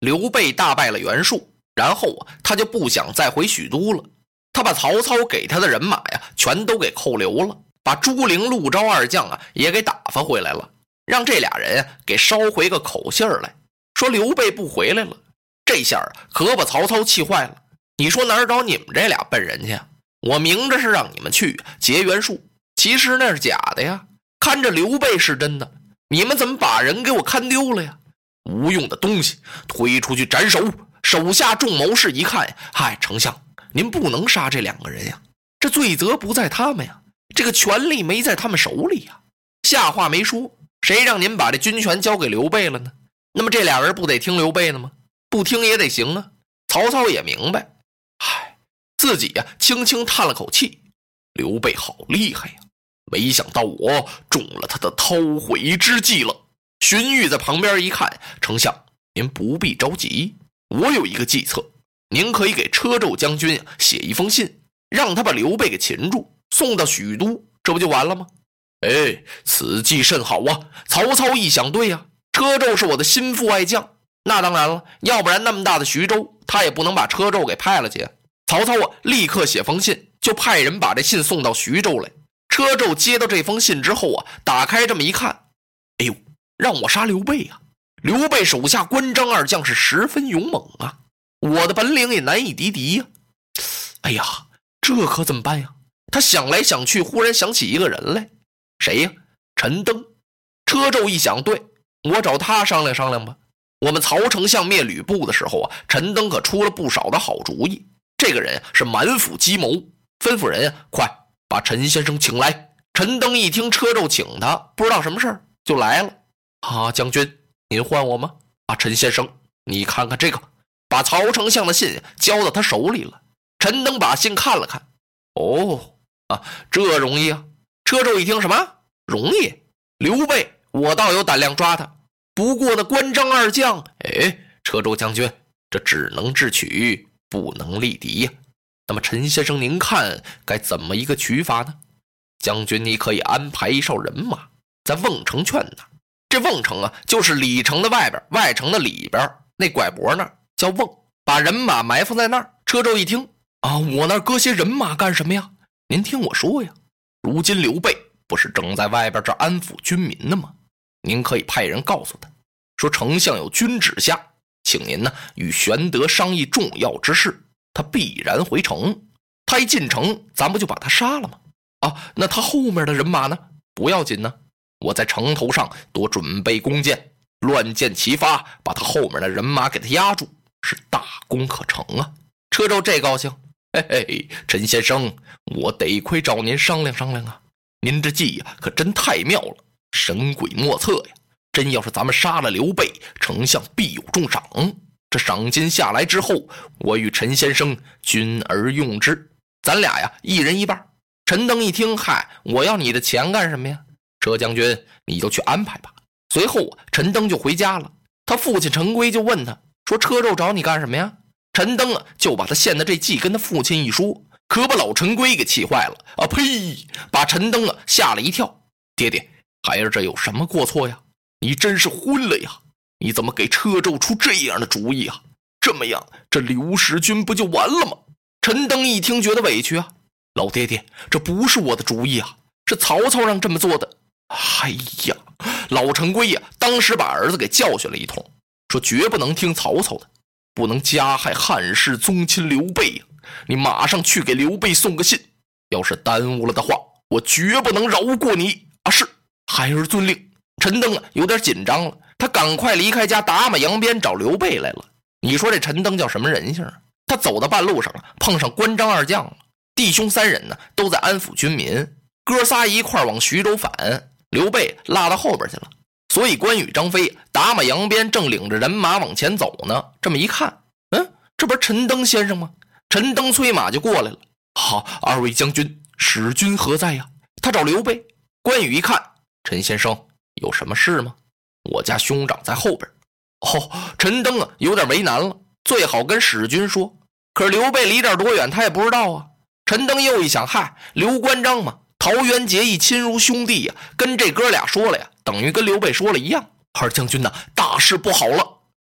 刘备大败了袁术，然后他就不想再回许都了。他把曹操给他的人马呀，全都给扣留了，把朱灵、陆昭二将也给打发回来了，让这俩人给捎回个口信来，说刘备不回来了。这下可把曹操气坏了。你说哪儿找你们这俩笨人去？我明着是让你们去劫袁术，其实那是假的呀。看着刘备是真的，你们怎么把人给我看丢了呀？无用的东西，推出去斩首！手下众谋士一看，嗨，丞相，您不能杀这两个人呀，这罪责不在他们呀，这个权力没在他们手里呀。下话没说，谁让您把这军权交给刘备了呢？那么这俩人不得听刘备的吗？不听也得行啊。曹操也明白，嗨，自己轻轻叹了口气，刘备好厉害呀，没想到我中了他的韬晦之计了。荀彧在旁边一看，丞相您不必着急，我有一个计策，您可以给车胄将军写一封信，让他把刘备给擒住，送到许都，这不就完了吗？哎，此计甚好啊。曹操一想，对呀，车胄是我的心腹爱将，那当然了，要不然那么大的徐州，他也不能把车胄给派了去。曹操立刻写封信，就派人把这信送到徐州来。车胄接到这封信之后打开这么一看，哎呦，让我杀刘备啊！刘备手下关张二将是十分勇猛啊，我的本领也难以敌敌呀。哎呀，这可怎么办呀？他想来想去，忽然想起一个人来，谁呀？陈登。车胄一想，对，我找他商量商量吧。我们曹丞相灭吕布的时候陈登可出了不少的好主意。这个人是满腹计谋，吩咐人快把陈先生请来。陈登一听车胄请他，不知道什么事儿，就来了。啊，将军，您唤我吗？啊，陈先生，你看看这个，把曹丞相的信交到他手里了。陈登把信看了看，哦，这容易啊。车胄一听，什么容易？刘备我倒有胆量抓他，不过那关张二将，哎，车胄将军，这只能智取，不能力敌呀。那么陈先生您看该怎么一个取法呢？将军你可以安排一哨人马在瓮城圈那儿，这瓮城就是里城的外边，外城的里边，那拐脖那儿叫瓮，把人马埋伏在那儿。车胄一听，我那儿搁些人马干什么呀？您听我说呀，如今刘备不是正在外边这安抚军民呢吗？您可以派人告诉他，说丞相有军旨下，请您与玄德商议重要之事，他必然回城。他一进城，咱不就把他杀了吗？那他后面的人马呢？不要紧呢，我在城头上多准备弓箭，乱箭齐发，把他后面的人马给他压住，是大功可成啊。车胄这高兴，嘿嘿，陈先生，我得亏找您商量商量啊，您这计可真太妙了，神鬼莫测呀。真要是咱们杀了刘备，丞相必有重赏，这赏金下来之后，我与陈先生均而用之，咱俩一人一半。陈登一听，嗨，我要你的钱干什么呀？车将军你就去安排吧。随后陈登就回家了。他父亲陈规就问他说，车胄找你干什么呀？陈登就把他献的这计跟他父亲一说，可把老陈规给气坏了呸，把陈登吓了一跳。爹爹，孩儿这有什么过错呀？你真是昏了呀，你怎么给车胄出这样的主意啊？这么样这刘使君不就完了吗？陈登一听觉得委屈老爹爹，这不是我的主意是曹操让这么做的。哎呀，老陈规当时把儿子给教训了一通，说绝不能听曹操的，不能加害汉室宗亲刘备你马上去给刘备送个信，要是耽误了的话，我绝不能饶过你是，孩儿遵令。陈登有点紧张了，他赶快离开家，打马扬鞭找刘备来了。你说这陈登叫什么人性他走到半路上碰上关张二将了，弟兄三人都在安抚军民，哥仨一块往徐州返，刘备落到后边去了。所以关羽、张飞打马扬鞭，正领着人马往前走呢。这么一看，这不是陈登先生吗？陈登催马就过来了。好，二位将军，使君何在呀？他找刘备。关羽一看，陈先生有什么事吗？我家兄长在后边。陈登有点为难了，最好跟使君说。可是刘备离这儿多远，他也不知道陈登又一想，嗨，刘关张嘛，桃园结义，亲如兄弟跟这哥俩说了等于跟刘备说了一样。二将军大事不好了！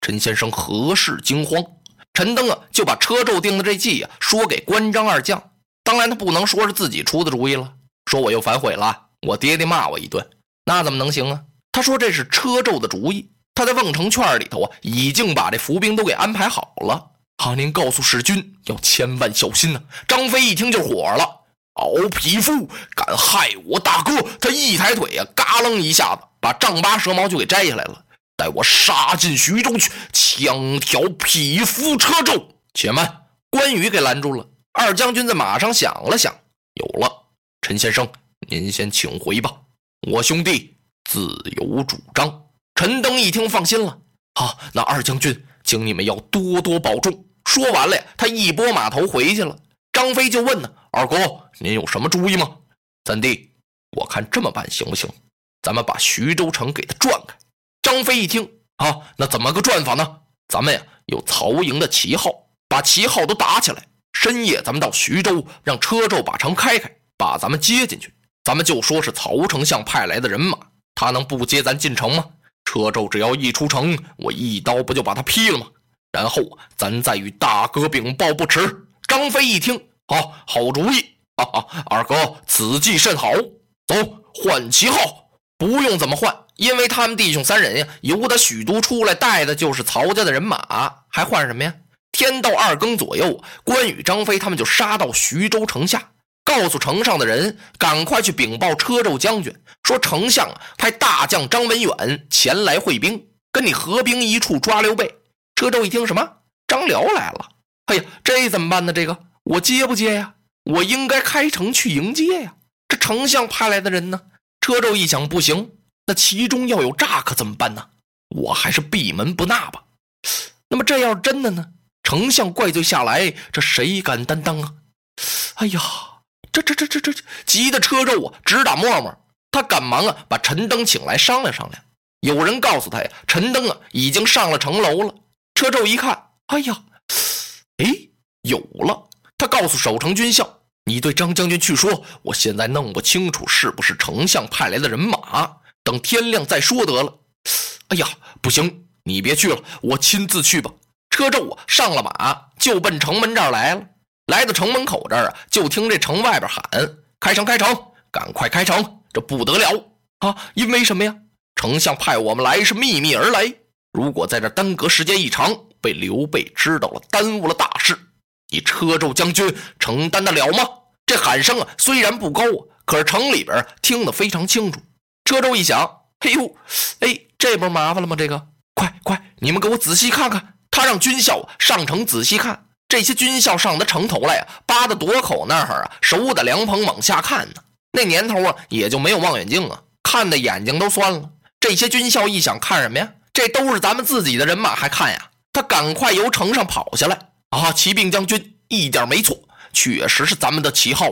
陈先生何事惊慌？陈登就把车胄定的这计说给关张二将。当然他不能说是自己出的主意了，说我又反悔了，我爹爹骂我一顿，那怎么能行啊？他说这是车胄的主意，他在瓮城圈里头已经把这伏兵都给安排好了。您告诉使君要千万小心张飞一听就火了，敖匹夫敢害我大哥！他一抬腿嘎楞一下子把丈八蛇矛就给摘下来了。待我杀进徐州去，枪挑匹夫车胄。且慢，关羽给拦住了。二将军在马上想了想，有了，陈先生您先请回吧，我兄弟自有主张。陈登一听放心了，那二将军请你们要多多保重。说完了他一拨马头回去了。张飞就问二哥您有什么主意吗？三弟，我看这么办行不行？咱们把徐州城给他转开。张飞一听那怎么个转法呢？咱们有曹营的旗号，把旗号都打起来，深夜咱们到徐州，让车胄把城开开，把咱们接进去。咱们就说是曹丞相派来的人马，他能不接咱进城吗？车胄只要一出城，我一刀不就把他劈了吗？然后咱再与大哥禀报不迟。张飞一听好主意二哥此计甚好。走，换旗号。不用怎么换，因为他们弟兄三人由得许都出来，带的就是曹家的人马，还换什么呀？天到2更左右，关羽张飞他们就杀到徐州城下，告诉城上的人赶快去禀报车胄将军，说丞相派大将张文远前来会兵，跟你合兵一处抓刘备。车胄一听，什么？张辽来了？这怎么办呢？这个我接不接呀？我应该开城去迎接呀。这丞相派来的人呢？车胄一想，不行，那其中要有诈可怎么办呢？我还是闭门不纳吧。那么这要是真的呢？丞相怪罪下来，这谁敢担当啊？这急的车胄直打沫沫。他赶忙把陈登请来商量商量。有人告诉他陈登已经上了城楼了。车胄一看，有了。他告诉守城军校，你对张将军去说，我现在弄不清楚是不是丞相派来的人马，等天亮再说得了。不行，你别去了，我亲自去吧。车胄上了马，就奔城门这儿来了。来到城门口这儿就听这城外边喊，开城开城，赶快开城。这不得了因为什么呀？丞相派我们来是秘密而来，如果在这耽搁时间一长，被刘备知道了，耽误了大事，你车胄将军承担得了吗？这喊声虽然不高可是城里边听得非常清楚。车胄一想，这不麻烦了吗？这个快你们给我仔细看看。他让军校上城仔细看。这些军校上的城头来扒的垛口那儿手打凉棚往下看呢。那年头也就没有望远镜看的眼睛都酸了。这些军校一想，看什么呀？这都是咱们自己的人马，还看呀？他赶快由城上跑下来。骑兵将军一点没错，确实是咱们的旗号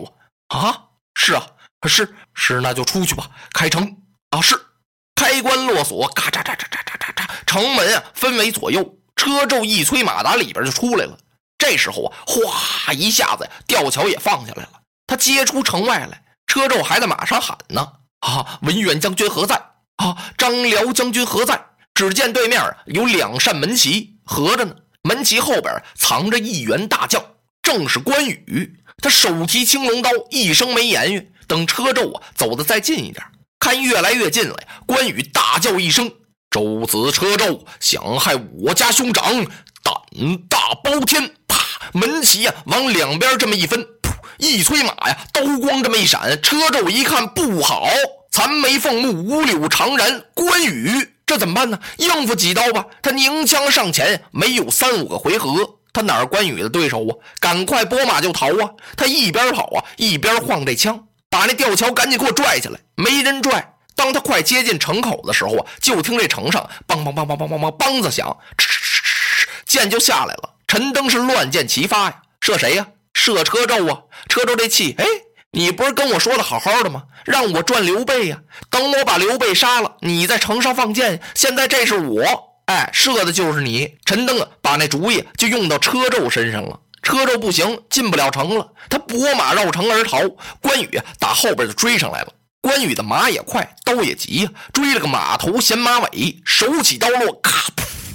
是那就出去吧。开城是。开关落锁，咔嚓嚓嚓嚓嚓嚓，城门分为左右。车胄一催马达里边就出来了。这时候哗一下子吊桥也放下来了。他接出城外来，车胄还在马上喊呢。文远将军何在？张辽将军何在？只见对面有2扇门旗合着呢，门旗后边藏着一员大将，正是关羽。他手提青龙刀，一声没言语。等车胄走得再近一点，看越来越近来，关羽大叫一声，周子车胄想害我家兄长，胆大包天。啪，门旗往两边这么一分，一催马刀光这么一闪。车胄一看不好，残眉凤目，五柳长髯，关羽这怎么办呢？应付几刀吧。他拧枪上前，没有3-5个回合，他哪儿关羽的对手赶快拨马就逃他一边跑一边晃这枪，把那吊桥赶紧给我拽下来。没人拽。当他快接近城口的时候就听这城上梆梆梆梆梆梆梆梆子响，箭就下来了。陈登是乱箭齐发射谁呀？射车胄车胄这气，你不是跟我说的好好的吗？让我转刘备等我把刘备杀了，你在城上放箭。现在这是我射的就是你。陈登把那主意就用到车胄身上了。车胄不行，进不了城了，他拨马绕城而逃。关羽打后边就追上来了。关羽的马也快，刀也急追了个马头衔马尾，手起刀落，咔噗，刀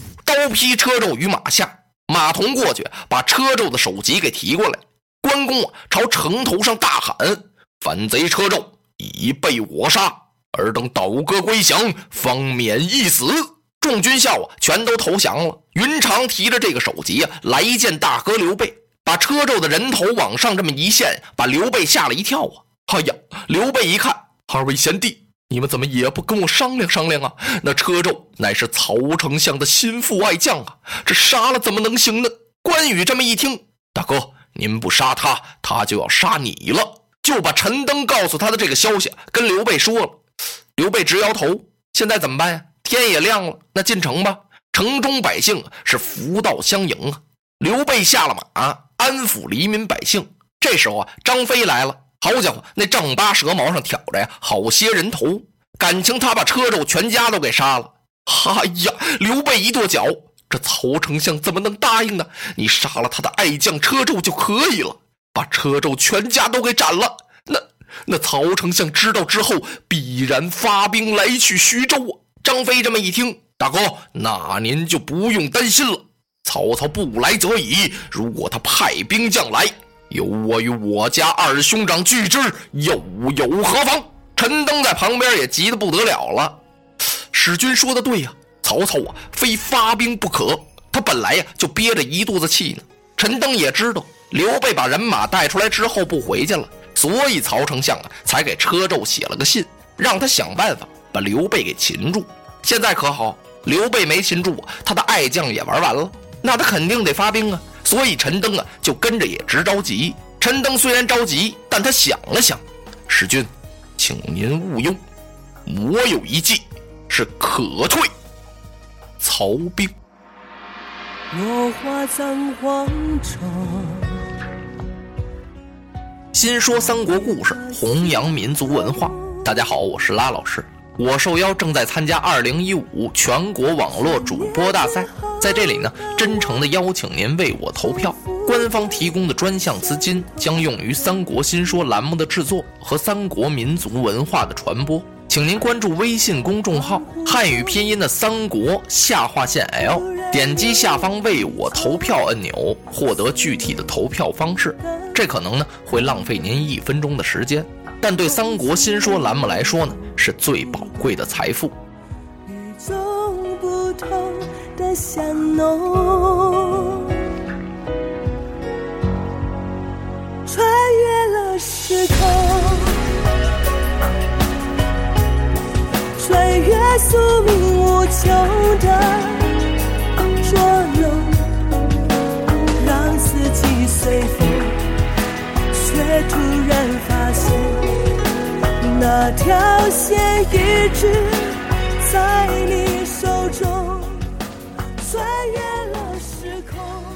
刀劈车胄于马下。马童过去把车胄的首级给提过来，关公朝城头上大喊：反贼车胄已被我杀，尔等倒戈归降，方免一死。众军校全都投降了。云长提着这个首级来见大哥刘备，把车胄的人头往上这么一献，把刘备吓了一跳啊！哎呀，刘备一看，二位贤弟，你们怎么也不跟我商量商量啊？那车胄乃是曹丞相的心腹爱将啊，这杀了怎么能行呢？关羽这么一听，大哥，您不杀他，他就要杀你了，就把陈登告诉他的这个消息跟刘备说了。刘备直摇头，现在怎么办呀？天也亮了，那进城吧。城中百姓是扶道相迎啊。刘备下了马，安抚黎民百姓。这时候张飞来了，好家伙，那丈八蛇矛上挑着呀好些人头，感情他把车胄全家都给杀了。哎呀，刘备一跺脚，这曹丞相怎么能答应呢？你杀了他的爱将车胄就可以了，把车胄全家都给斩了。那曹丞相知道之后，必然发兵来取徐州啊。张飞这么一听，大哥，那您就不用担心了。曹操不来则已，如果他派兵将来，有我与我家二兄长拒之，又有何妨？陈登在旁边也急得不得了了。史君说的对呀，曹操非发兵不可，他本来就憋着一肚子气呢。陈登也知道刘备把人马带出来之后不回去了，所以曹丞相才给车胄写了个信，让他想办法把刘备给擒住。现在可好，刘备没擒住，他的爱将也玩完了，那他肯定得发兵啊。所以陈登就跟着也直着急。陈登虽然着急，但他想了想，使君，请您勿忧，我有一计是可退曹兵。 落花葬黄冢。 新说三国故事，弘扬民族文化。大家好，我是拉老师。我受邀正在参加2015全国网络主播大赛，在这里呢，真诚的邀请您为我投票。官方提供的专项资金将用于三国新说栏目的制作和三国民族文化的传播。请您关注微信公众号汉语拼音的三国下划线 L， 点击下方为我投票按钮，获得具体的投票方式。这可能呢会浪费您1分钟的时间，但对三国新说栏目来说呢，是最宝贵的财富。 与众不同的香浓，穿越了时空，穿越宿命无穷的捉弄，让四季随风，却突然发现那条线一直在你手中，穿越了时空。